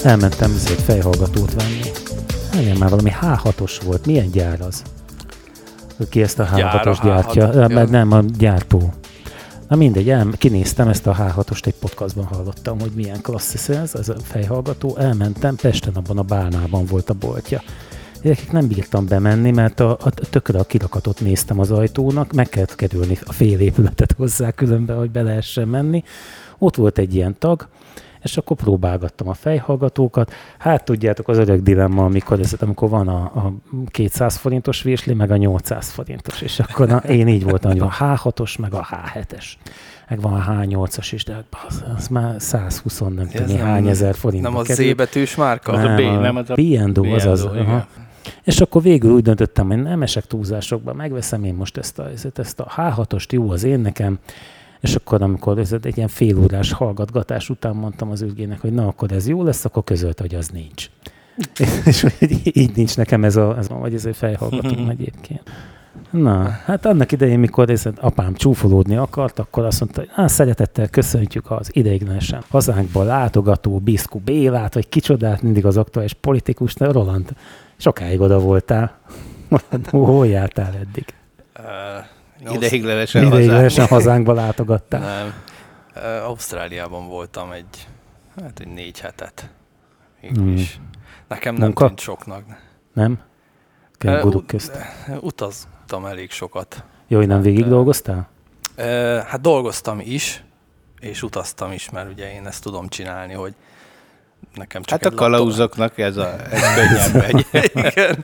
Elmentem egy fejhallgatót venni. Igen, már valami H6-os volt. Milyen gyár az? Ki ezt a H6-os gyártja? Mert nem, a gyártó. Na mindegy, kinéztem ezt a H6-ost, egy podcastban hallottam, hogy milyen klassz ez a fejhallgató. Elmentem, Pesten abban a Bálnában volt a boltja. Gyerekek, nem bírtam bemenni, mert tökre a kirakatot néztem az ajtónak, meg kellett kerülni a fél épületet hozzá különben, hogy be lehessen menni. Ott volt egy ilyen tag, és akkor próbálgattam a fejhallgatókat. Hát tudjátok, az öreg dilemma, amikor van a 200 forintos virsli, meg a 800 forintos, és akkor én így voltam, hogy a H6-os, meg a H7-es. Meg van a H8-as is, de az már 120, nem tudom, hány ezer forintba nem kerül. Nem a Z betűs márka? Nem, a B&O, azaz. És akkor végül úgy döntöttem, hogy nem esek túlzásokba, megveszem én most ezt a H6-ost, jó az én nekem, és akkor amikor egy ilyen félórás hallgatgatás után mondtam az ürgének, hogy na, akkor ez jó lesz, akkor közölte, hogy az nincs. És így nincs nekem ez a fejhallgatóm egyébként. Na, hát annak idején, mikor apám csúfolódni akart, akkor azt mondta, hogy szeretettel köszöntjük az ideiglenesen hazánkba látogató Biszku Bélát, vagy kicsodát, mindig az aktuális politikus, de Roland, sokáig oda voltál. Hol jártál eddig? Ideiglenesen hazánkba látogattál. Nem. Ausztráliában voltam egy 4 hetet. Is. Nekem nem tűnt soknak. Nem? Kenguruk közt. Utaztam elég sokat. Jó, hogy nem végig dolgoztál? Hát dolgoztam is, és utaztam is, mert ugye én ezt tudom csinálni, hogy nekem csak hát a kalauzoknak ez könnyebb megy. Igen.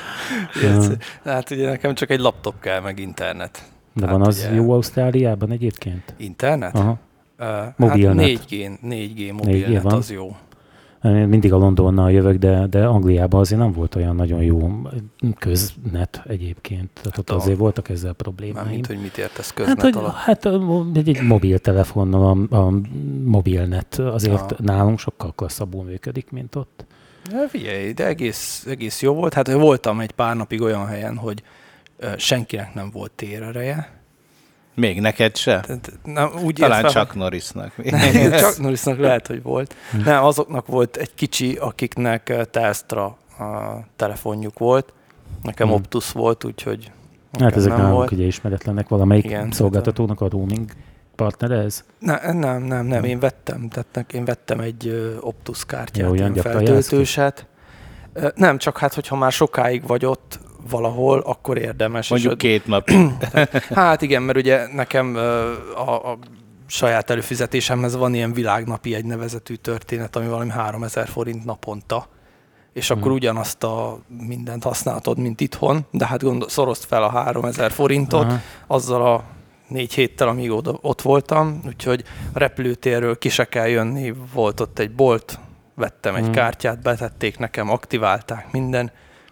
Hát ugye nekem csak egy laptop kell, meg internet. De van az ugye... jó Ausztráliában egyébként? Internet? Aha. Mobilnet. Hát 4G mobilnet, az jó. Mindig a Londonnal jövök, de Angliában azért nem volt olyan nagyon jó köznet egyébként. Tehát ott azért voltak ezzel problémáim. Mármint, hogy mit értesz köznet alatt? Hát egy mobiltelefonnal a mobilnet azért nálunk sokkal klasszabbul működik, mint ott. Ja, figyelj, de egész jó volt. Hát voltam egy pár napig olyan helyen, hogy senkinek nem volt térereje. Még neked se? Talán Chuck Norrisnak. Chuck Norrisnak lehet, hogy volt. Nem, azoknak volt egy kicsi, akiknek Telstra telefonjuk volt. Nekem Optus volt, úgyhogy hát ezek nálunk ugye ismeretlenek, valamelyik szolgáltatónak a roaming partnere ez? Nem. Én vettem egy Optus kártyát, ilyen feltöltőset. Nem, csak hát, hogyha már sokáig vagy ott valahol, akkor érdemes. Mondjuk 2 nap. Hát igen, mert ugye nekem a saját előfizetésemhez van ilyen világnapi egy nevezetű történet, ami valami 3000 forint naponta. És akkor ugyanazt a mindent használtad, mint itthon, de hát szorozd fel a 3000 forintot, azzal a 4 héttel, amíg ott voltam, úgyhogy a repülőtérről ki se kell jönni, volt ott egy bolt, vettem egy kártyát, betették nekem, aktiválták minden,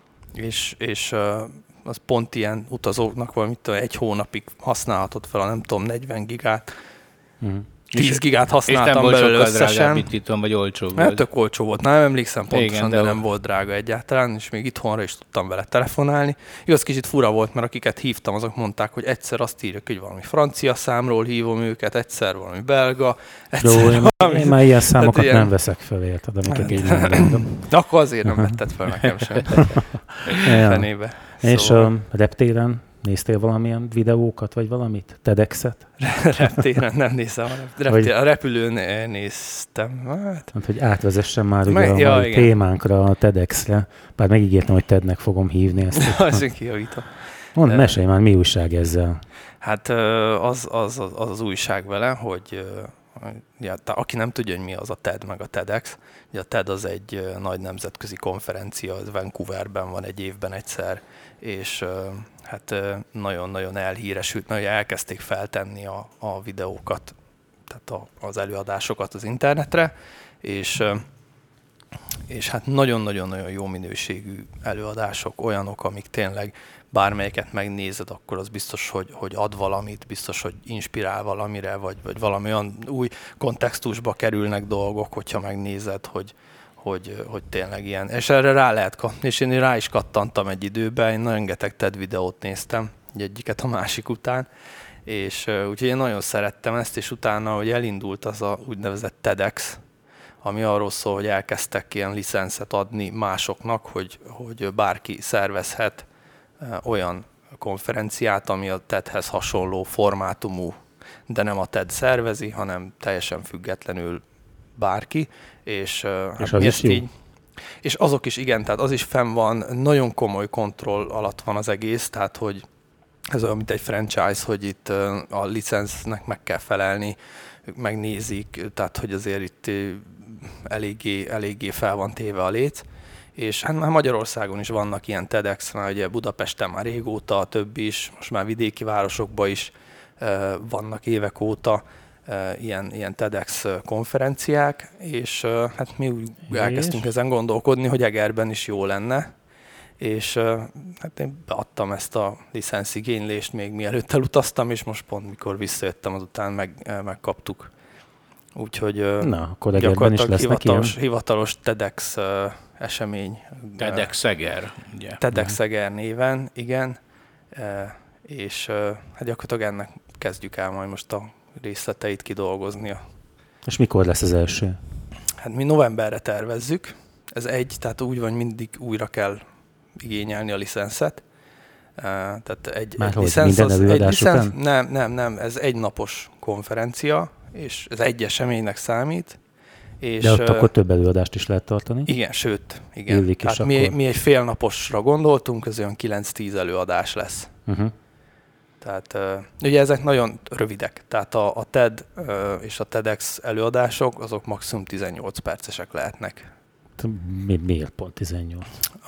és az pont ilyen utazóknak valamit 1 hónapig használhatod fel a nem tudom 40 gigát. 10 gigát használtam belőle összesen. És nem volt sokkal drágább, vagy olcsó volt? Mert tök olcsó volt. Nem emlékszem pontosan, de nem volt drága egyáltalán, és még itthonra is tudtam vele telefonálni. Igaz, kicsit fura volt, mert akiket hívtam, azok mondták, hogy egyszer azt írjuk, hogy valami francia számról hívom őket, egyszer valami belga, egyszer valami... Én már ilyen számokat nem veszek fel, érted, amiket így nem mondom. De akkor azért nem vetted fel nekem sem. Fenébe. És a reptéren néztél valamilyen videókat, vagy valamit? TEDx-et? Reptéren nem nézem. A repülőn néztem. Hát, hogy átvezessen már ugye a témánkra, a TEDx-re. Bár megígértem, hogy TED-nek fogom hívni ezt. Azért kijavítom. Mondd, mesélj már, mi újság ezzel? Hát az újság vele, hogy aki nem tudja, hogy mi az a TED meg a TEDx, ugye a TED az egy nagy nemzetközi konferencia, az Vancouverben van egy évben egyszer, és hát nagyon-nagyon elhíresült, nagyon elkezdték feltenni a videókat, tehát az előadásokat az internetre, és hát nagyon-nagyon jó minőségű előadások, olyanok, amik tényleg bármelyiket megnézed, akkor az biztos, hogy ad valamit, biztos, hogy inspirál valamire, vagy valami olyan új kontextusba kerülnek dolgok, hogyha megnézed, hogy tényleg ilyen. És erre rá lehet kattani, és én rá is kattantam egy időben, én rengeteg TED videót néztem, egyiket a másik után, és úgyhogy én nagyon szerettem ezt, és utána, hogy elindult az a úgynevezett TEDx, ami arról szól, hogy elkezdtek ilyen licenszet adni másoknak, hogy bárki szervezhet olyan konferenciát, ami a TED-hez hasonló formátumú, de nem a TED szervezi, hanem teljesen függetlenül bárki. És az is jó? És azok is, igen, tehát az is fenn van, nagyon komoly kontroll alatt van az egész, tehát hogy ez olyan, mint egy franchise, hogy itt a licensznek meg kell felelni, ők megnézik, tehát hogy azért itt eléggé fel van téve a léc. És hát már Magyarországon is vannak ilyen TEDx, már ugye Budapesten már régóta, a többi is, most már vidéki városokban is vannak évek óta ilyen TEDx konferenciák, és hát mi úgy elkezdtünk ezen gondolkodni, hogy Egerben is jó lenne, és hát én beadtam ezt a licenszigénylést még mielőtt elutaztam, és most pont mikor visszajöttem, azután megkaptuk. Úgyhogy akkor Egerben is lesznek hivatalos TEDx esemény. TEDx Eger, ugye? TEDx Eger néven, igen. És hát gyakorlatilag ennek kezdjük el majd most a részleteit kidolgozni. És mikor lesz az első? Hát mi novemberre tervezzük. Ez tehát úgy van, mindig újra kell igényelni a licenszet. Tehát egy licensz, minden előadás után? Nem, ez egy napos konferencia, és ez egy eseménynek számít. És de ott akkor több előadást is lehet tartani? Igen, sőt, igen. Tehát mi egy félnaposra gondoltunk, ez olyan 9-10 előadás lesz. Tehát ugye ezek nagyon rövidek, tehát a TED és a TEDx előadások, azok maximum 18 percesek lehetnek. Miért pont 18?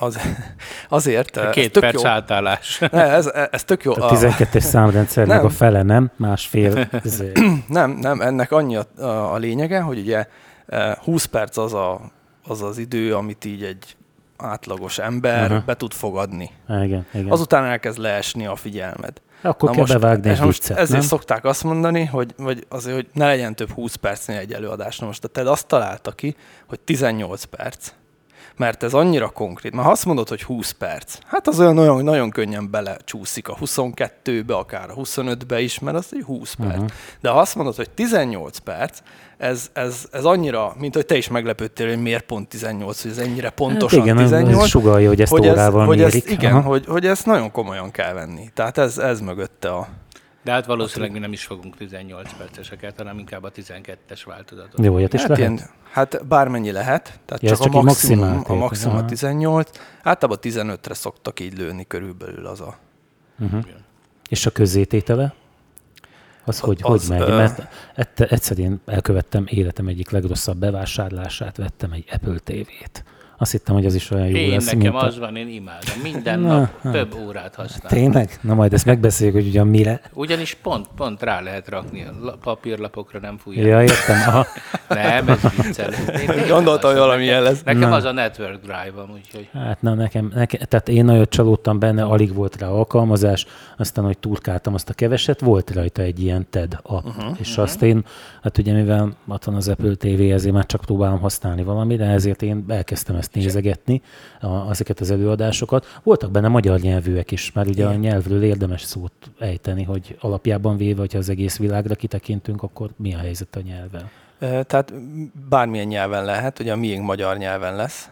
Azért. 2 perc jó. Átállás. Ez tök jó. A 12-es számrendszernek a fele nem, másfél. Nem, ennek annyi a lényege, hogy ugye 20 perc az idő, amit így egy átlagos ember be tud fogadni. Igen. Azután elkezd leesni a figyelmed. Akkor kell bevágni egy viccet, ezért szokták azt mondani, hogy azért, hogy ne legyen több 20 percnél egy előadás. Na most a TED azt találta ki, hogy 18 perc. Mert ez annyira konkrét. Mert ha azt mondod, hogy 20 perc, hát az olyan nagyon könnyen belecsúszik a 22-be, akár a 25-be is, mert az egy 20 perc. De ha azt mondod, hogy 18 perc, ez annyira, mint hogy te is meglepődtél, hogy miért pont 18, hogy ez ennyire pontosan hát igen, 18. Ez sugalja, hogy ezt órával mérik. Hogy ezt nagyon komolyan kell venni. Tehát ez mögötte a... De hát valószínűleg mi nem is fogunk 18 perceseket, hanem inkább a 12-es változatot. Jó, olyat is lehet? Hát bármennyi lehet, tehát ja, csak a maximum a 18. Általában 15-re szoktak így lőni körülbelül az a... És a közzététele? Az hogy megy? Mert egyszer én elkövettem életem egyik legrosszabb bevásárlását, vettem egy Apple TV-t. Azt hittem, hogy az is olyan jó lesz. Nekem az van, én imádom. Minden nap több órát használom. Tényleg? Na majd ezt megbeszéljük, hogy ugyan mire. Ugyanis pont rá lehet rakni. A papírlapokra nem fújja. Ja, értem. Aha. Nem, ez viccelő. Gondoltam, hogy valami ilyen lesz. Nekem az a Network Drive-am, úgyhogy... Hát nekem, tehát én nagyon csalódtam benne, alig volt rá alkalmazás, aztán, hogy turkáltam azt a keveset, volt rajta egy ilyen TED app. És azt én, hát ugye mivel ott van az Apple TV, ezért már csak próbálom használni valamit, de ezért én elkezdtem ezt nézegetni, ezeket az előadásokat. Voltak benne magyar nyelvűek is, mert ugye a nyelvről érdemes szót ejteni, hogy alapjában véve, hogyha az egész világra kitekintünk, akkor mi a helyzet a nyelvvel? Tehát bármilyen nyelven lehet, ugye a miénk magyar nyelven lesz.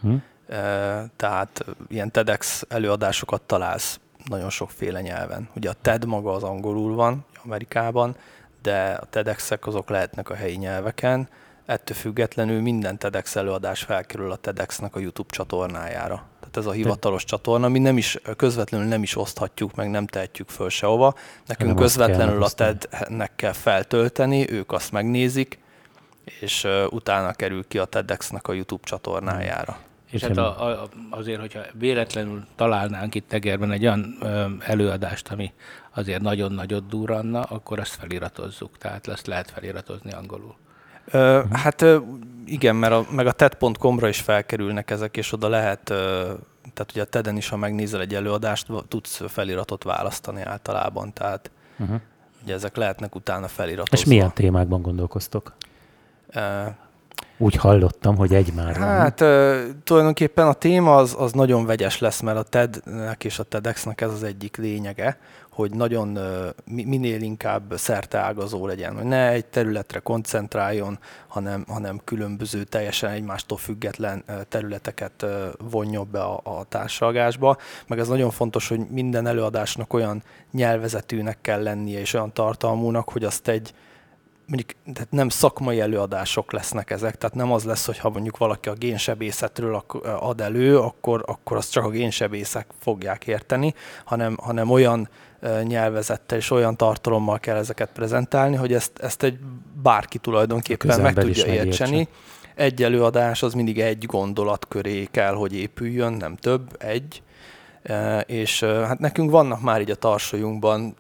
Tehát ilyen TEDx előadásokat találsz nagyon sokféle nyelven. Ugye a TED maga az angolul van Amerikában, de a TEDx-ek azok lehetnek a helyi nyelveken. Ettől függetlenül minden TEDx előadás felkerül a TEDx-nek a YouTube csatornájára. Tehát ez a hivatalos csatorna, mi nem is közvetlenül nem is oszthatjuk, meg nem tehetjük föl sehova. Nekünk közvetlenül a TED-nek kell feltölteni, ők azt megnézik, és utána kerül ki a TEDx-nek a YouTube csatornájára. És hát azért, hogyha véletlenül találnánk itt Egerben egy olyan előadást, ami azért nagyon nagyot durranna, akkor azt feliratozzuk. Tehát ezt lehet feliratozni angolul. Hát igen, meg a TED.com-ra is felkerülnek ezek, és oda lehet, tehát ugye a TED-en is, ha megnézel egy előadást, tudsz feliratot választani általában, tehát ugye ezek lehetnek utána feliratozva. És milyen témákban gondolkoztok? Úgy hallottam, hogy egy már van. Hát tulajdonképpen a téma az nagyon vegyes lesz, mert a TED-nek és a TEDx-nek ez az egyik lényege, hogy nagyon minél inkább szerteágazó legyen, hogy ne egy területre koncentráljon, hanem különböző, teljesen egymástól független területeket vonjon be a társalgásba. Meg ez nagyon fontos, hogy minden előadásnak olyan nyelvezetűnek kell lennie, és olyan tartalmúnak, hogy azt mondjuk tehát nem szakmai előadások lesznek ezek, tehát nem az lesz, hogy ha mondjuk valaki a génsebészetről ad elő, akkor azt csak a génsebészek fogják érteni, hanem olyan nyelvezettel és olyan tartalommal kell ezeket prezentálni, hogy ezt egy bárki tulajdonképpen meg tudja értseni. Egy előadás az mindig egy gondolat köré kell, hogy épüljön, nem több, egy. És hát nekünk vannak már így a tarsolyunkban,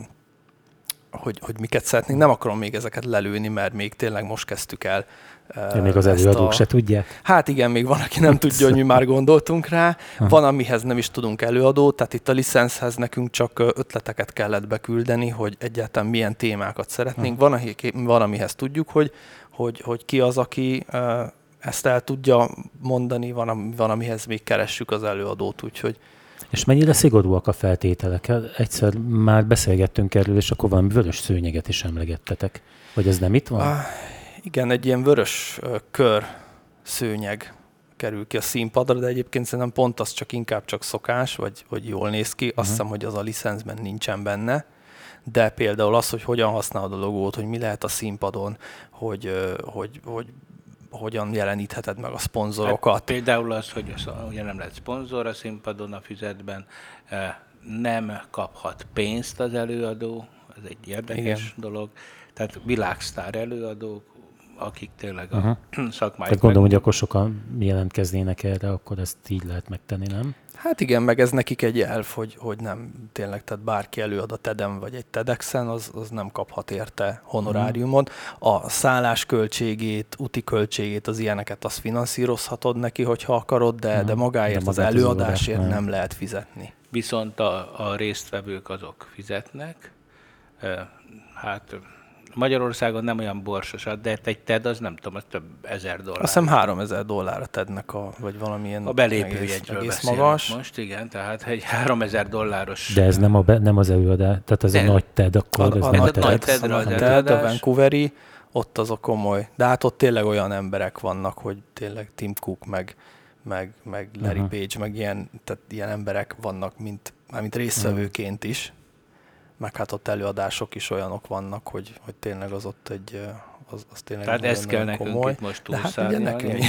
hogy miket szeretnénk. Nem akarom még ezeket lelőni, mert még tényleg most kezdtük el. Még az előadók se tudják? Hát igen, még van, aki nem tudja, hogy mi már gondoltunk rá. Van, amihez nem is tudunk előadót, tehát itt a licenszhez nekünk csak ötleteket kellett beküldeni, hogy egyáltalán milyen témákat szeretnénk. Van, amihez tudjuk, hogy ki az, aki ezt el tudja mondani, van, amihez még keressük az előadót, úgyhogy és mennyire szigorúak a feltételek? Egyszer már beszélgettünk erről, és akkor valami vörös szőnyeget is emlegettetek. Vagy ez nem itt van? Igen, egy ilyen vörös kör szőnyeg kerül ki a színpadra, de egyébként szerintem pont az inkább csak szokás, vagy jól néz ki. Azt hiszem, hogy az a licenszben nincsen benne. De például az, hogy hogyan használod a logót, hogy mi lehet a színpadon, hogy hogyan jelenítheted meg a szponzorokat. Hát például az, hogy ugye nem lehet szponzor a színpadon a füzetben, nem kaphat pénzt az előadó, ez egy érdekes dolog. Tehát világsztár előadók, akik tényleg a szakmájuk. Tehát gondolom, hogy akkor sokan jelentkeznének erre, akkor ezt így lehet megtenni, nem? Hát igen, meg ez nekik egy elv, hogy nem tényleg, tehát bárki előad a TED-en vagy egy TEDx-en, az nem kaphat érte honoráriumot. A szállás költségét, úti költségét, az ilyeneket azt finanszírozhatod neki, hogyha akarod, de magáért az előadásért nem lehet fizetni. Viszont a résztvevők azok fizetnek. Hát Magyarországon nem olyan borsos, de egy TED az nem tudom, az több $1000. Azt hiszem $3000 a TED-nek, vagy valamilyen a belépőjegyről magas. Most igen, tehát egy $3000. De ez nem az előadás, tehát ez a nagy TED, akkor ez nem a TED. A Vancouveri, ott az a komoly. De hát ott tényleg olyan emberek vannak, hogy tényleg Tim Cook, meg Larry Page, meg ilyen emberek vannak, mint résztvevőként is. Meg hát ott előadások is olyanok vannak, hogy tényleg az ott az tényleg tehát ezt kell nekünk komoly. Itt most túlszárnyalni.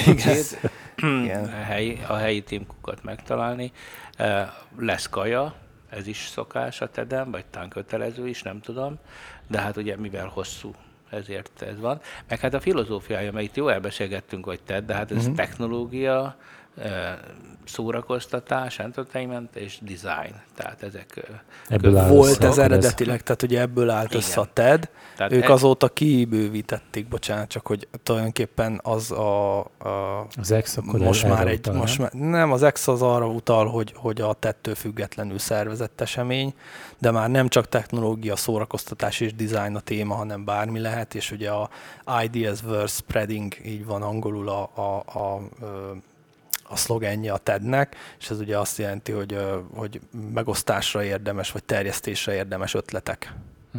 A helyi Tim Cookot megtalálni. Lesz kaja, ez is szokás a TED-en, vagy talán kötelező is, nem tudom. De hát ugye mivel hosszú, ezért ez van. Meg hát a filozófiája, mert itt jó elbeszélgettünk, hogy TED, de hát ez technológia, szórakoztatás, entertainment és design. Tehát ezek volt ez eredetileg, tehát ugye ebből állt össze a TED. Tehát ők azóta kibővítették, bocsánat, csak hogy tulajdonképpen az az X akkor most már nem, az X az arra utal, hogy a TED-től függetlenül szervezett esemény, de már nem csak technológia, szórakoztatás és design a téma, hanem bármi lehet, és ugye a Ideas Worth Spreading, így van angolul a szlogenje a TED-nek, és ez ugye azt jelenti, hogy megosztásra érdemes, vagy terjesztésre érdemes ötletek.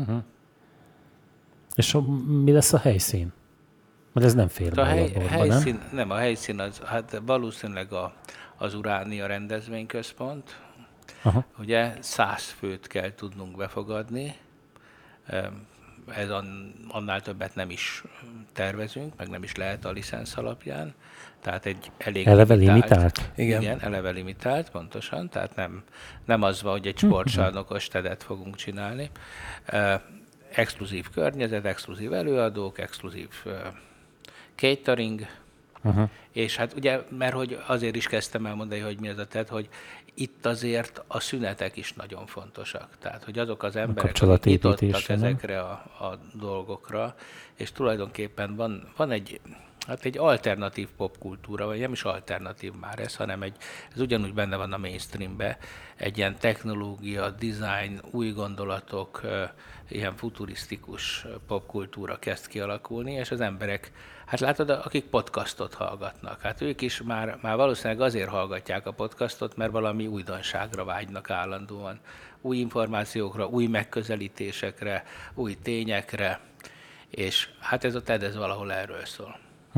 És mi lesz a helyszín? Mert ez nem fér be a helyszín, nem? A helyszín az, hát valószínűleg az Uránia rendezvényközpont. Ugye 100 főt kell tudnunk befogadni. Ez annál többet nem is tervezünk, meg nem is lehet a licensz alapján. Tehát egy elég eleve limitált. Igen, eleve limitált, pontosan. Tehát nem az van, hogy egy sportcsarnokos TED-et fogunk csinálni. Exkluzív környezet, exkluzív előadók, exkluzív catering. És hát ugye, mert hogy azért is kezdtem elmondani, hogy mi az a TED, hogy itt azért a szünetek is nagyon fontosak. Tehát, hogy azok az emberek, akik nyitottak ezekre a dolgokra, és tulajdonképpen van egy Hát egy alternatív popkultúra, vagy nem is alternatív már ez, hanem ez ugyanúgy benne van a mainstreambe, egy ilyen technológia, design, új gondolatok, ilyen futurisztikus popkultúra kezd kialakulni, és az emberek, hát látod, akik podcastot hallgatnak, hát ők is már valószínűleg azért hallgatják a podcastot, mert valami újdonságra vágynak állandóan. Új információkra, új megközelítésekre, új tényekre, és hát ez a TED, ez valahol erről szól.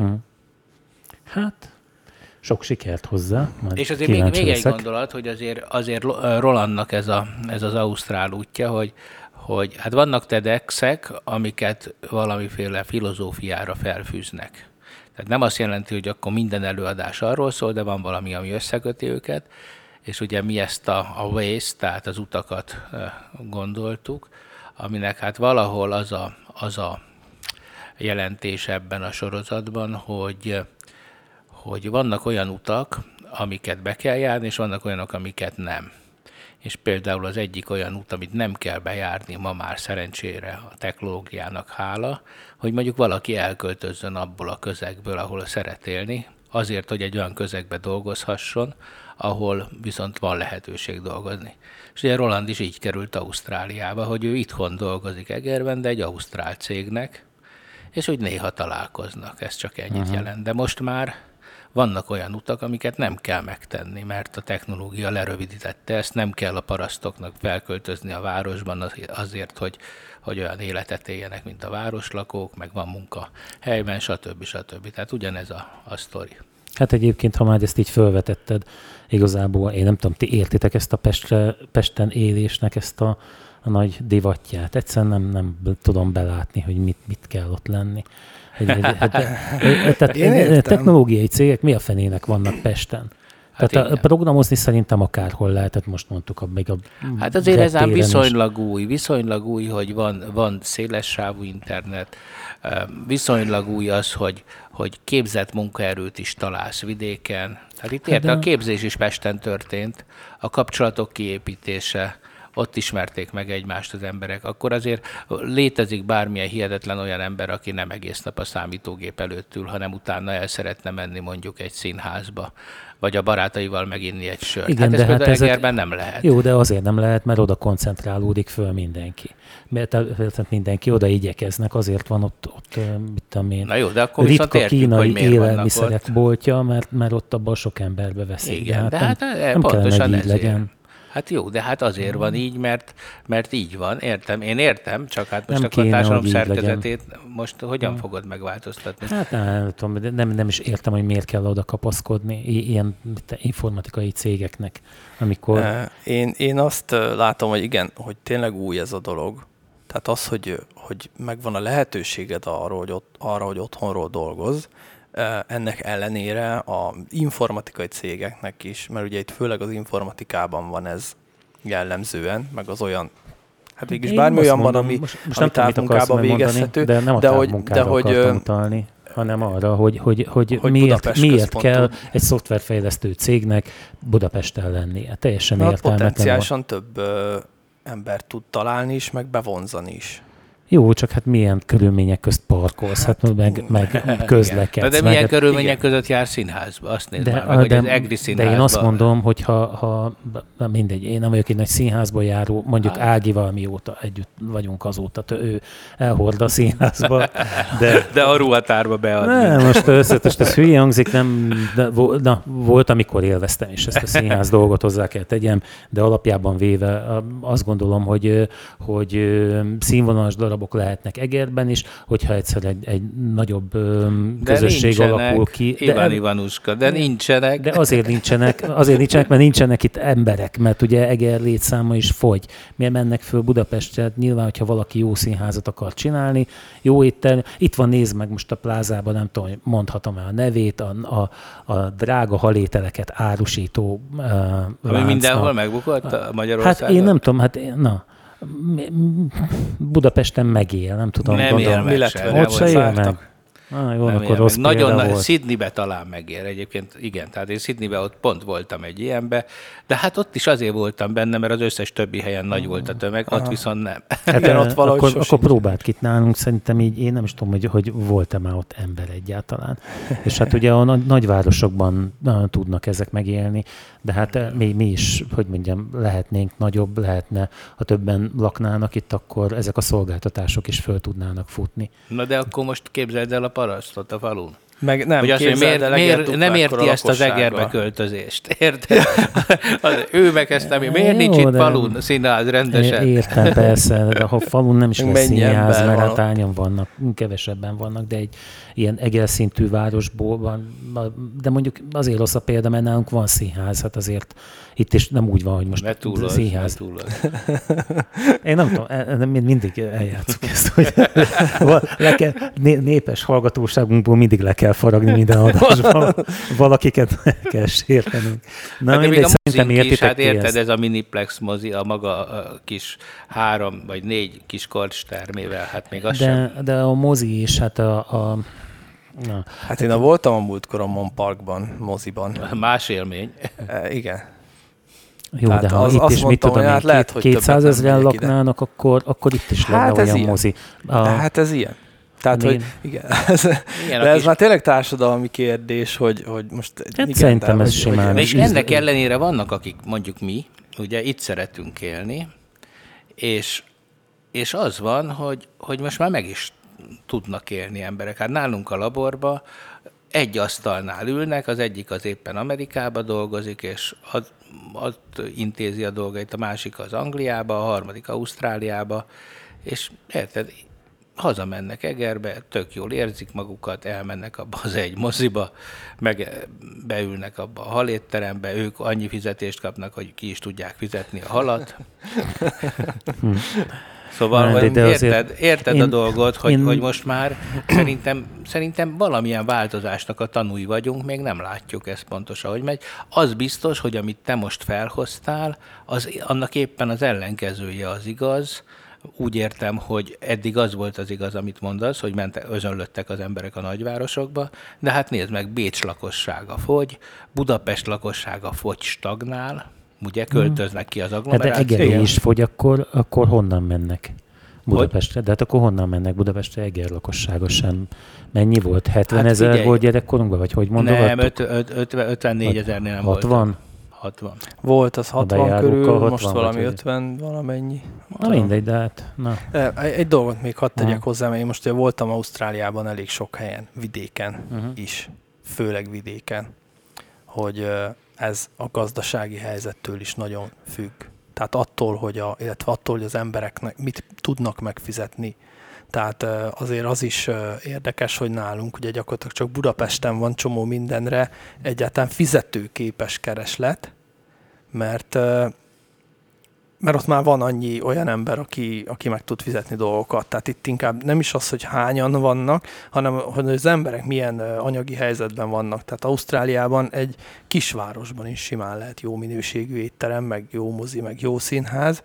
Hát, sok sikert hozzá. És azért még egy gondolat, hogy azért Rolandnak ez az ausztrál útja, hogy hát vannak TEDx-ek, amiket valamiféle filozófiára felfűznek. Tehát nem azt jelenti, hogy akkor minden előadás arról szól, de van valami, ami összeköti őket, és ugye mi ezt a ways, tehát az utakat gondoltuk, aminek hát valahol az a jelentés ebben a sorozatban, hogy vannak olyan utak, amiket be kell járni, és vannak olyanok, amiket nem. És például az egyik olyan út, amit nem kell bejárni ma már szerencsére a technológiának hála, hogy mondjuk valaki elköltözzön abból a közegből, ahol szeret élni, azért, hogy egy olyan közegbe dolgozhasson, ahol viszont van lehetőség dolgozni. És ugye Roland is így került Ausztráliába, hogy ő itthon dolgozik Egerben, de egy ausztrál cégnek, és úgy néha találkoznak, ez csak ennyit jelent. De most már vannak olyan utak, amiket nem kell megtenni, mert a technológia lerövidítette ezt, nem kell a parasztoknak felköltözni a városban azért, hogy olyan életet éljenek, mint a városlakók, meg van munka helyben, stb. Tehát ugyanez a sztori. Hát egyébként, ha már ezt így felvetetted, igazából én nem tudom, ti értitek ezt a Pesten élésnek ezt a nagy divatját. Egyszerűen nem tudom belátni, hogy mit kell ott lenni. Technológiai cégek mi a fenének vannak Pesten? Hát tehát programozni szerintem akárhol lehetett, most mondtuk még a hát azért ez ám viszonylag új, hogy van szélessávú internet, viszonylag új az, hogy képzett munkaerőt is találsz vidéken. Tehát itt a képzés is Pesten történt, a kapcsolatok kiépítése, ott ismerték meg egymást az emberek, akkor azért létezik bármilyen hihetetlen olyan ember, aki nem egész nap a számítógép előtt ül, hanem utána el szeretne menni mondjuk egy színházba, vagy a barátaival meginni egy sört. Igen, hát ez például Egerben nem lehet. Jó, de azért nem lehet, mert oda koncentrálódik föl mindenki. Mert mindenki oda igyekeznek, azért van ott mit tudom én, na jó, de akkor ritka kínai élelmiszerek boltja, mert ott abban sok emberbe veszik. Igen, de hát nem pontosan ezért. Legyen. Hát jó, de hát azért van így, mert így van, értem. Én értem, csak hát most a társadalom szerkezetét most hogyan fogod megváltoztatni? Hát nem tudom, nem is értem, hogy miért kell oda kapaszkodni ilyen informatikai cégeknek, amikor... Én azt látom, hogy igen, hogy tényleg új ez a dolog. Tehát az, hogy megvan a lehetőséged arra, hogy otthonról dolgozz, ennek ellenére az informatikai cégeknek is, mert ugye itt főleg az informatikában van ez jellemzően, meg az olyan, hát végig is bármi olyan van, ami távmunkába végezhető. De nem a távmunkára akartam utalni, hanem arra, hogy miért kell egy szoftverfejlesztő cégnek Budapesten lennie. Teljesen értelmetlen. Potenciálisan több embert tud találni is, meg bevonzani is. Jó, csak hát milyen körülmények közt parkolsz, meg közlekedsz. De milyen körülmények között jár színházba? Azt nézd már meg, hogy az EGRI színházba. De én azt mondom, hogy ha mindegy, én nem vagyok egy nagy színházba járó, mondjuk Ágival mióta együtt vagyunk azóta, ő elhord a színházba. De a ruhatárba beadni. Nem, most ez hülye hangzik, volt, amikor élveztem, és ezt a színház dolgot hozzá kell tegyem, de alapjában véve azt gondolom, hogy színvonalas darabok lehetnek Egerben is, hogyha egyszer egy nagyobb közösség alakul ki. De nincsenek. De azért nincsenek, mert nincsenek itt emberek, mert ugye Eger létszáma is fogy. Miért mennek föl Budapestre? Nyilván, hogyha valaki jó színházat akar csinálni, jó étterem. Itt van, nézd meg most a plázában, nem tudom, mondhatom el a nevét, a drága halételeket árusító ami mindenhol megbukott Magyarországon? Hát én nem tudom, Budapesten megél, nem tudom. Nem él meg. Ott se él meg. Jó, akkor rossz nagyon volt. Sydneybe talán megér egyébként, igen, tehát én Sydneybe ott pont voltam egy ilyenbe, de hát ott is azért voltam benne, mert az összes többi helyen nagy volt a tömeg, ott viszont nem. Hát igen, ott akkor próbált ki nálunk, szerintem így, én nem is tudom, hogy volt-e már ott ember egyáltalán. És hát ugye a nagyvárosokban tudnak ezek megélni, de hát mi is, hogy mondjam, lehetnénk nagyobb, lehetne, ha többen laknának itt, akkor ezek a szolgáltatások is föl tudnának futni. Na de akkor most képzeld el a parasztot a falun. Meg nem, hogy azt, hogy miért nem érti ezt az Egerbe költözést, érted? Ő meg ezt nem, miért nincs itt falun színház rendesen? Értem, persze, de ha falun nem is lesz színház, mert hát hányan vannak, kevesebben vannak, de egy ilyen egerszintű városból van, de mondjuk azért rossz a példa, mert nálunk van színház, hát azért itt is nem úgy van, hogy most színház. Én nem tudom, mindig eljátszuk ezt, hogy népes hallgatóságunkból mindig le kell faragni minden adásban. Valakiket kell sértenünk. Na, hát mindegy, szerintem értitek hát érted, ez a Miniplex mozi, a maga kis 3 vagy 4 kis korcstermével, hát még az sem. De a mozi is, hát Na. Hát én voltam a múltkor a Mon Parkban, moziban. Más élmény. Igen. Jó, tehát de ha itt is mit tudom, hát lehet, 200 000 laknának, akkor itt is lenne olyan ilyen mozi. Hát ez ilyen. Tehát, hogy igen, de ez már tényleg társadalmi kérdés, hogy most... Hát igen, szerintem ez simán. És ennek ellenére vannak, akik mondjuk mi, ugye itt szeretünk élni, és az van, hogy most már meg is tudnak élni emberek. Hát nálunk a laborba egy asztalnál ülnek, az egyik az éppen Amerikába dolgozik, és ott intézi a dolgait, a másik az Angliába, a harmadik Ausztráliába, és érted, hazamennek Egerbe, tök jól érzik magukat, elmennek abba az egy moziba, meg beülnek abba a halétterembe, ők annyi fizetést kapnak, hogy ki is tudják fizetni a halat. Szóval érted a dolgot, hogy most már szerintem valamilyen változásnak a tanúi vagyunk, még nem látjuk ezt pontosan, hogy megy. Az biztos, hogy amit te most felhoztál, annak éppen az ellenkezője az igaz. Úgy értem, hogy eddig az volt az igaz, amit mondasz, hogy özönlöttek az emberek a nagyvárosokba, de hát nézd meg, Bécs lakossága fogy, Budapest lakossága fogy, stagnál, ugye költöznek ki az agglomerációba. De Eger is fogy, akkor honnan mennek Budapestre? De hát akkor honnan mennek Budapestre? Eger lakossága sem. Mennyi volt? 70 000 volt gyerekkorunkban? Vagy hogy mondogattuk? Nem, 54 000-nél nem 60? 60. Volt az 60 körül, 60, most valami 50 valamennyi. Na mindegy, de hát... Na. Egy dolgot még hadd tegyek hozzá, mert én most voltam Ausztráliában elég sok helyen, vidéken is, főleg vidéken, hogy ez a gazdasági helyzettől is nagyon függ. Tehát attól, illetve attól, hogy az embereknek mit tudnak megfizetni. Tehát azért az is érdekes, hogy nálunk ugye gyakorlatilag csak Budapesten van csomó mindenre egyáltalán fizetőképes kereslet, mert ott már van annyi olyan ember, aki meg tud fizetni dolgokat. Tehát itt inkább nem is az, hogy hányan vannak, hanem hogy az emberek milyen anyagi helyzetben vannak. Tehát Ausztráliában egy kisvárosban is simán lehet jó minőségű étterem, meg jó mozi, meg jó színház,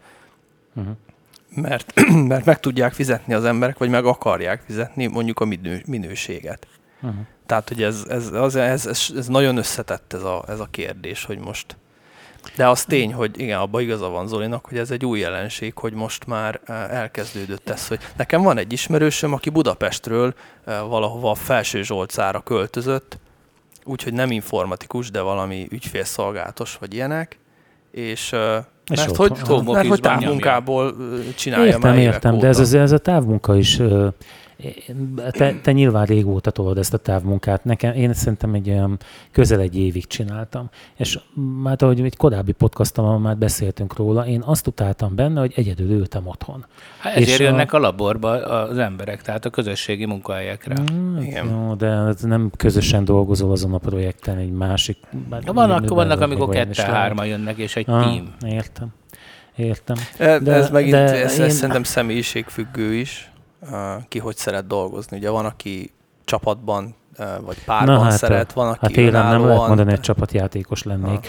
mert meg tudják fizetni az emberek, vagy meg akarják fizetni mondjuk a minőséget. Tehát, hogy ez nagyon összetett ez a kérdés, hogy most... De az tény, hogy igen, abban igaza van Zolinak, hogy ez egy új jelenség, hogy most már elkezdődött ez, hogy nekem van egy ismerősöm, aki Budapestről valahova a Felsőzsolcára költözött, úgyhogy nem informatikus, de valami ügyfélszolgálatos vagy ilyenek, és mert hogy távmunkából csinálja már évek óta. De ez a távmunka is... Te nyilván régóta tolod ezt a távmunkát. Én szerintem egy olyan közel egy évig csináltam. És már ahogy egy korábbi podcastomban már beszéltünk róla, én azt utáltam benne, hogy egyedül ültem otthon. Hát ezért jönnek a laborba az emberek, tehát a közösségi munkahelyekre. Igen. Jó, de nem közösen dolgozol azon a projekten, egy másik... Vannak amikor 2-3 jönnek, és egy team. Értem. Ez megint szerintem személyiségfüggő is. Ki hogy szeret dolgozni. Ugye van, aki csapatban vagy párban szeret, van, aki önállóan... nem lehet mondani, hogy csapatjátékos lennék,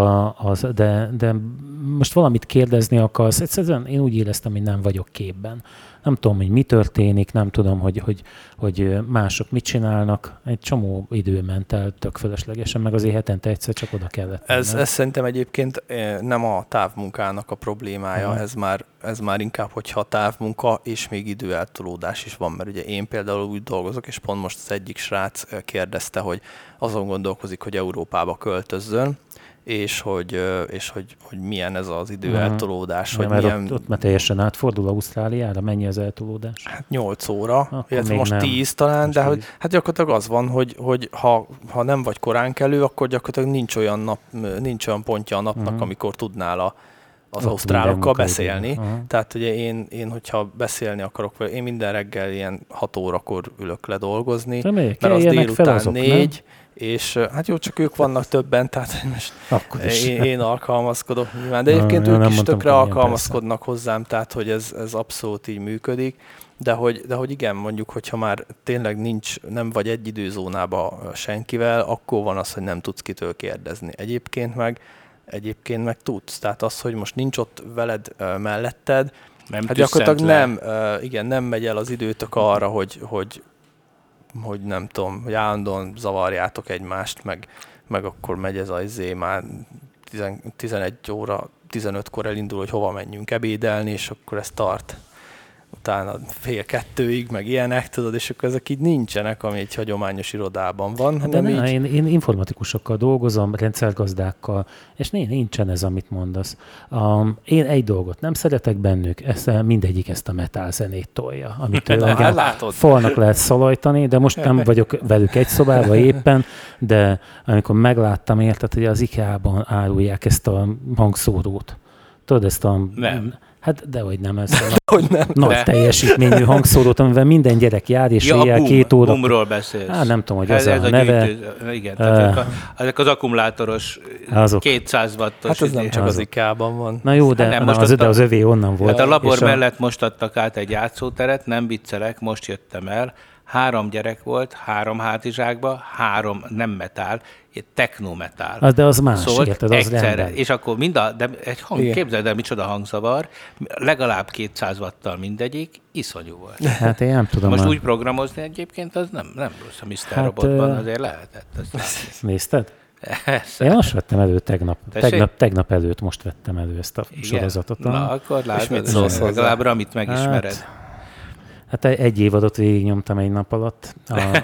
de most valamit kérdezni akarsz, egyszerűen én úgy éreztem, hogy nem vagyok képben. Nem tudom, hogy mi történik, nem tudom, hogy mások mit csinálnak. Egy csomó idő ment el tök fölöslegesen, meg azért hetente egyszer csak oda kellett. Ez szerintem egyébként nem a távmunkának a problémája, ez már inkább, hogyha távmunka és még időeltolódás is van, mert ugye én például úgy dolgozok, és pont most az egyik srác kérdezte, hogy azon gondolkozik, hogy Európába költözzön, és hogy milyen ez az időeltolódás. Hogy milyen... ott már teljesen átfordul Ausztráliára, mennyi az eltolódás? Hát 8 óra, illetve most 10 talán, de hogy, hát gyakorlatilag az van, hogy ha nem vagy korán kelő, akkor gyakorlatilag nincs olyan pontja a napnak, amikor tudnál az ausztrálokkal beszélni. Tehát ugye én, hogyha beszélni akarok, én minden reggel ilyen 6 órakor ülök le dolgozni, mert az délután 4, és hát jó, csak ők vannak többen, tehát most én alkalmazkodok nyilván, de egyébként ők is tökre alkalmazkodnak hozzám, tehát hogy ez abszolút így működik, de hogy igen, mondjuk, hogyha már tényleg nem vagy egy időzónában senkivel, akkor van az, hogy nem tudsz kitől kérdezni. Egyébként meg tudsz, tehát az, hogy most nincs ott veled melletted, hát gyakorlatilag nem megy el az időtök arra, hogy nem tudom, hogy állandóan zavarjátok egymást, meg akkor megy ez az már 11 óra, 15-kor elindul, hogy hova menjünk ebédelni, és akkor ez tart. Utána 1:30, meg ilyenek, tudod, és akkor ezek így nincsenek, ami egy hagyományos irodában van. De én informatikusokkal dolgozom, rendszergazdákkal, és nincsen ez, amit mondasz. Én egy dolgot nem szeretek bennük, mindegyik ezt a metal zenét tolja, amit falnak lehet szalajtani, de most nem vagyok velük egy szobában éppen, de amikor megláttam, érted, hogy az IKEA-ban árulják ezt a hangszórót. Tudod, ezt a... Nem. Hát dehogy nem, ez nagy teljesítményű hangszórót, amivel minden gyerek jár, és éjjel 2 óra... Boomról beszélsz. Hát nem tudom, hogy az a neve. Igen, ezek az akkumulátoros 200 wattos. Hát ez nem csak az IKEA-ban van. Na jó, de az övé onnan volt. Hát a labor mellett most adtak át egy játszóteret, nem viccelek, most jöttem el. 3 gyerek volt, 3 hátizsákba, 3 nem metál, technometál. De az más, érted, az rendben. És akkor képzeld el, micsoda hangzavar, legalább 200 watttal mindegyik, iszonyú volt. Hát én nem tudom. Most úgy programozni egyébként, az nem rossz a Mr. Robotban, azért lehetett. Nézted? Én most vettem elő tegnap előtt most vettem elő ezt a sorozatot. Na, akkor látod, legalább Ramit megismered. Hát egy évadot végignyomtam egy nap alatt.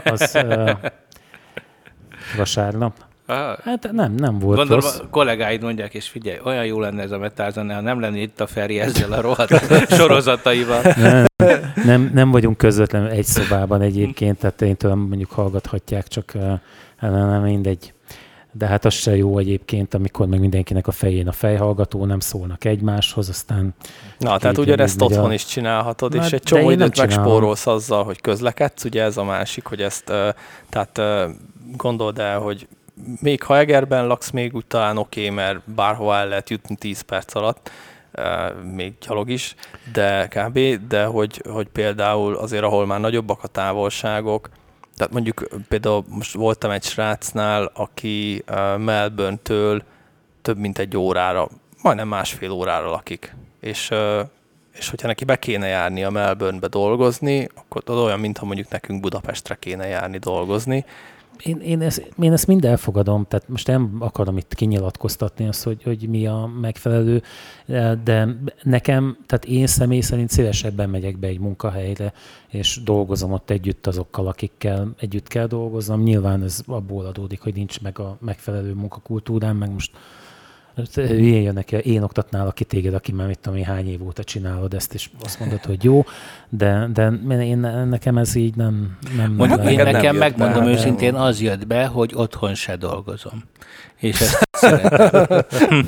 Vasárnap. Hát nem volt Gondolom, rossz. A kollégáid mondják, és figyelj, olyan jó lenne ez a metal zene, ha nem lenne itt a Feri ezzel a rohadt sorozataival. Nem vagyunk közvetlenül egy szobában egyébként, tehát én tudom, mondjuk hallgathatják, csak nem mindegy. De hát az se jó egyébként, amikor meg mindenkinek a fején a fejhallgató, nem szólnak egymáshoz, aztán... Na, tehát ugyanezt otthon is csinálhatod, és egy csomó időt megspórolsz azzal, hogy közlekedsz, ugye ez a másik, hogy ezt, tehát gondold el, hogy még ha Egerben laksz, még úgy talán oké, mert bárhova el lehet jutni 10 perc alatt, még gyalog is, de hogy például azért, ahol már nagyobbak a távolságok, tehát mondjuk például most voltam egy srácnál, aki Melbourne-től több mint 1 órára, majdnem 1,5 órára lakik. És hogyha neki be kéne járni a Melbourne-be dolgozni, akkor olyan, mintha mondjuk nekünk Budapestre kéne járni dolgozni. Én ezt mind elfogadom, tehát most nem akarom itt kinyilatkoztatni azt, hogy mi a megfelelő, de nekem, tehát én személy szerint szívesebben megyek be egy munkahelyre, és dolgozom ott együtt azokkal, akikkel együtt kell dolgoznom. Nyilván ez abból adódik, hogy nincs meg a megfelelő munkakultúrám, meg most hülyén jön neki, én oktatnálak ki téged, aki már mit tudom én hány év óta csinálod ezt, és azt mondod, hogy jó, de nekem ez így nem nekem megmondom őszintén, az jött be, hogy otthon se dolgozom. És ezt szeretem.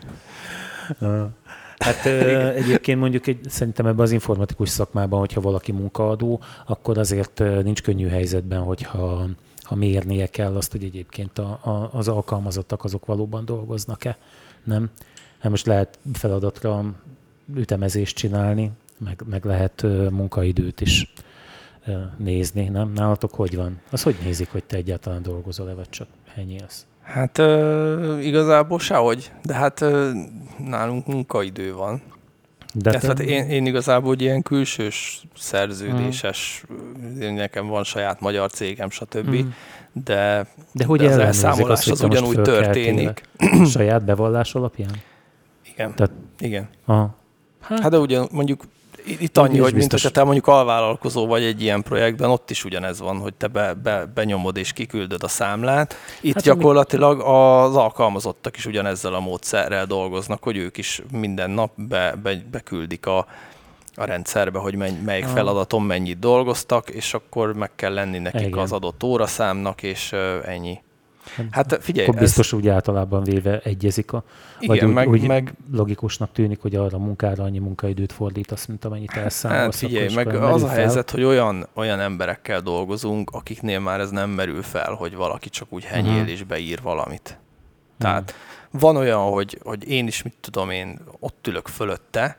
Hát egyébként mondjuk szerintem ebben az informatikus szakmában, hogyha valaki munkaadó, akkor azért nincs könnyű helyzetben, hogyha mérnie kell azt, hogy egyébként az alkalmazottak azok valóban dolgoznak-e, nem? Hát most lehet feladatra ütemezést csinálni, meg lehet munkaidőt is nézni, nem? Nálatok hogy van? Az hogy nézik, hogy te egyáltalán dolgozol-e, vagy csak henyélsz? Hát igazából sehogy, de hát nálunk munkaidő van. De hát én igazából ilyen külsős szerződéses, nekem van saját magyar cégem, stb. De hogy az elszámolás az ugyanúgy történik. Saját bevallás alapján? Igen. Tehát, igen. Aha. Hát de ugyan mondjuk itt annyi, hogy mint hogyha te mondjuk alvállalkozó vagy egy ilyen projektben, ott is ugyanez van, hogy te benyomod és kiküldöd a számlát. Itt hát gyakorlatilag az alkalmazottak is ugyanezzel a módszerrel dolgoznak, hogy ők is minden nap beküldik a rendszerbe, hogy melyik feladaton mennyit dolgoztak, és akkor meg kell lenni nekik az adott óraszámnak, és ennyi. Hát figyelj, akkor biztos úgy általában véve egyezik igen, vagy úgy logikusnak tűnik, hogy arra a munkára annyi munkaidőt fordítasz, mint amennyit elszámolsz. Hát figyelj, meg az a helyzet, hogy olyan emberekkel dolgozunk, akiknél már ez nem merül fel, hogy valaki csak úgy henyél és beír valamit. Tehát van olyan, hogy én is, mit tudom én, ott ülök fölötte,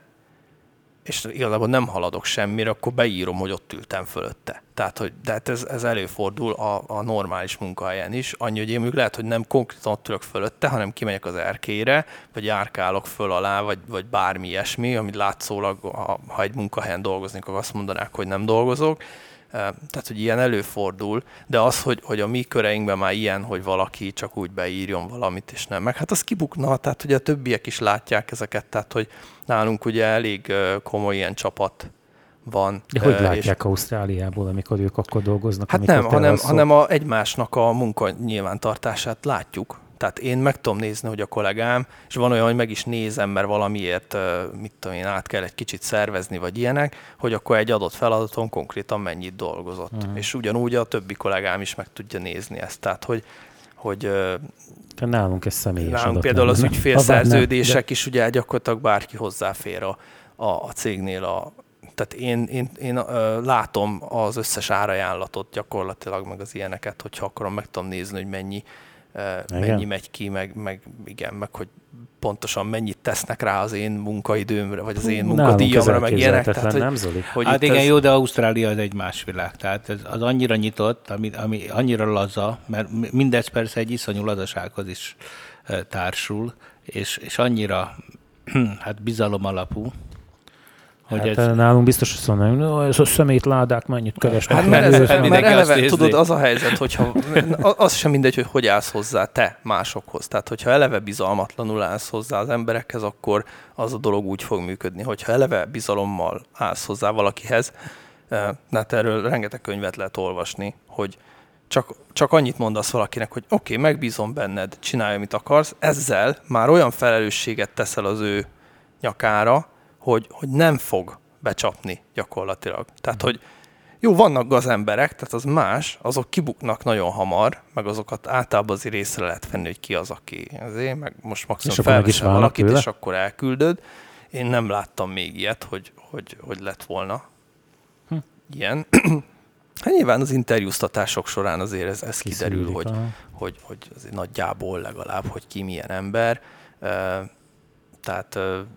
és igazából nem haladok semmire, akkor beírom, hogy ott ültem fölötte. Tehát, de hát ez előfordul a normális munkahelyen is. Annyi, hogy én mondjuk lehet, hogy nem konkrétan ott ülök fölötte, hanem kimegyek az erkélyre, vagy járkálok föl alá, vagy bármi ilyesmi, amit látszólag, ha egy munkahelyen dolgoznék, akkor azt mondanák, hogy nem dolgozok. Tehát, hogy ilyen előfordul, de az, hogy a mi köreinkben már ilyen, hogy valaki csak úgy beírjon valamit, és nem. Meg hát az kibukna, tehát hogy a többiek is látják ezeket, tehát hogy nálunk ugye elég komoly ilyen csapat van. De hogy látják Ausztráliából, amikor ők akkor dolgoznak? Hát nem, hanem egymásnak a munka nyilvántartását látjuk. Tehát én meg tudom nézni, hogy a kollégám, és van olyan, hogy meg is nézem, mert valamiért, mit tudom én, át kell egy kicsit szervezni, vagy ilyenek, hogy akkor egy adott feladaton konkrétan mennyit dolgozott. És ugyanúgy a többi kollégám is meg tudja nézni ezt. Tehát, hogy nálunk ez személyes adat. Nálunk például az ügyfélszerződések is ugye gyakorlatilag bárki hozzáfér a cégnél. Tehát én látom az összes árajánlatot gyakorlatilag, meg az ilyeneket, hogyha akarom, meg tudom nézni, hogy mennyi megy ki, meg hogy pontosan mennyit tesznek rá az én munkaidőmre, vagy az én munkadíjamra, meg ilyenek. Tehát, nem, Zoli? Hát igen, jó, de Ausztrália az egy más világ. Tehát az annyira nyitott, ami annyira laza, mert mindez persze egy iszonyú lazasághoz is társul, és annyira bizalom alapú, hogy nálunk biztos azt mondom, hogy ez a szemétládák mennyit keresnek. Mert eleve, tudod, az a helyzet, hogyha az sem mindegy, hogy állsz hozzá te másokhoz. Tehát, hogyha eleve bizalmatlanul állsz hozzá az emberekhez, akkor az a dolog úgy fog működni. Hogyha eleve bizalommal állsz hozzá valakihez, hát erről rengeteg könyvet lehet olvasni, hogy csak annyit mondasz valakinek, hogy oké, megbízom benned, csinálj, amit akarsz, ezzel már olyan felelősséget teszel az ő nyakára, hogy nem fog becsapni gyakorlatilag. Tehát, hogy jó, vannak gazemberek, tehát az más, azok kibuknak nagyon hamar, meg azokat általában azért észre lehet venni, hogy ki az, aki azért, meg most maximum felveszel valakit, és akkor elküldöd. Én nem láttam még ilyet, hogy lett volna ilyen. Hát nyilván az interjúztatások során azért ez kiderül, hogy azért nagyjából legalább, hogy ki milyen ember. Tehát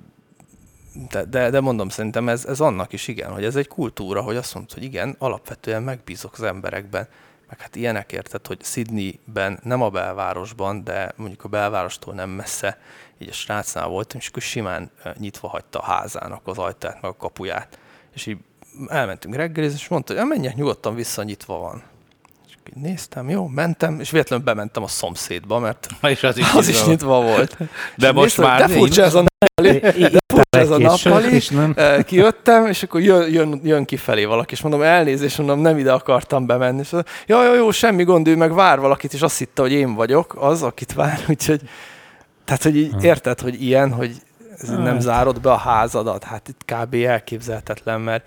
de mondom, szerintem ez annak is igen, hogy ez egy kultúra, hogy azt mondod, hogy igen, alapvetően megbízok az emberekben, meg hát ilyenek érted, hogy Sydneyben, nem a belvárosban, de mondjuk a belvárostól nem messze, így a srácnál voltam, és akkor simán nyitva hagyta a házának az ajtaját, meg a kapuját. És így elmentünk reggelizni, és mondta, hogy menjek nyugodtan vissza, nyitva van. És így néztem, jó, mentem, és véletlenül bementem a szomszédba, mert az is nyitva volt. De most néztem, már de furcsa ez a nappali, kijöttem, és akkor jön kifelé valaki, és mondom, elnézést, mondom, nem ide akartam bemenni. És mondom, jó, semmi gond, ő meg vár valakit, és azt hitte, hogy én vagyok az, akit vár, úgyhogy, tehát, hogy így érted, hogy ilyen, hogy nem zárod be a házadat, hát itt kb. Elképzelhetetlen, mert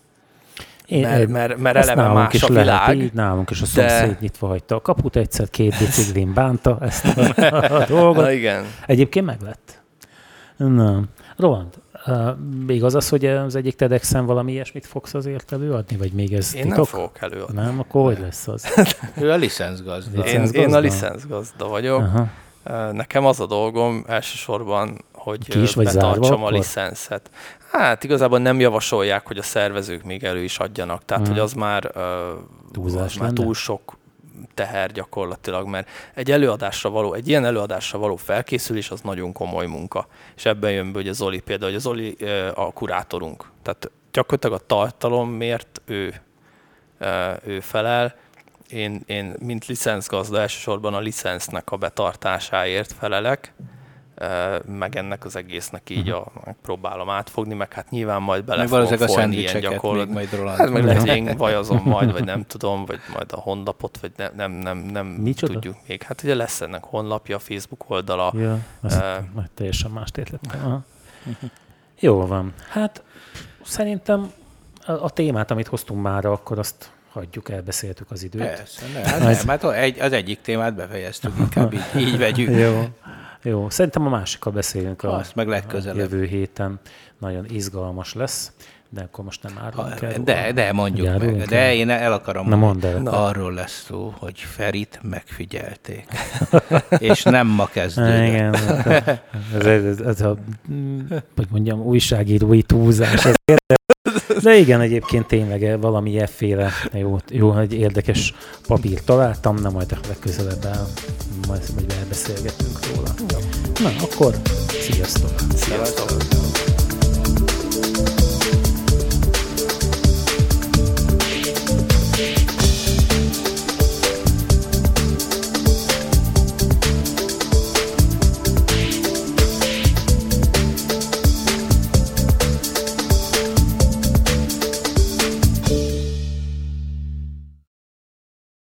eleve más a világ. Így nálunk is a szomszéd nyitva hagyta a kaput, egyszer 2 biciklin bánta ezt a dolgot. Na igen. Egyébként meglett. Nem. Roland, igaz az, hogy az egyik TEDx-en valami ilyesmit fogsz azért előadni, vagy még ez titok? Én nem fogok előadni. Nem? Akkor hogy lesz az? Ő a licenszgazda. Én a licenszgazda vagyok. Aha. Nekem az a dolgom elsősorban, betartsam a licenszet. Hát igazából nem javasolják, hogy a szervezők még elő is adjanak, tehát hogy az már túl sok teher gyakorlatilag, mert egy ilyen előadásra való felkészülés az nagyon komoly munka. És ebben jön be, hogy a Zoli például, hogy a Zoli a kurátorunk. Tehát gyakorlatilag a tartalomért ő felel. Én mint licenszgazda elsősorban a licensznek a betartásáért felelek, meg ennek az egésznek így próbálom átfogni, meg hát nyilván majd bele fogom folyni ilyen gyakorlat. Hát meg lehet, hogy én vajazom majd, vagy nem tudom, vagy majd a honlapot, vagy nem tudjuk még. Hát ugye lesz ennek honlapja, Facebook oldala. Ja, majd teljesen mást értettem. Jó van. Hát szerintem a témát, amit hoztunk már, akkor azt hagyjuk, elbeszéltük az időt. Persze, hát az egyik témát befejeztük, inkább így vegyük. Jó, szerintem a másikkal beszélünk azt meg legközelebb. Jövő héten. Nagyon izgalmas lesz, de akkor most nem árulunk el. De mondjuk meg. De én el akarom mondani. Arról lesz szó, hogy Ferit megfigyelték. És nem ma kezdődött. Igen, ez a, hogy mondjam, újságírói túlzás. De igen, egyébként tényleg valami efféle jó, egy érdekes papírt találtam, na majd legközelebb majd elbeszélgetünk róla. Na, akkor sziasztok! Sziasztok!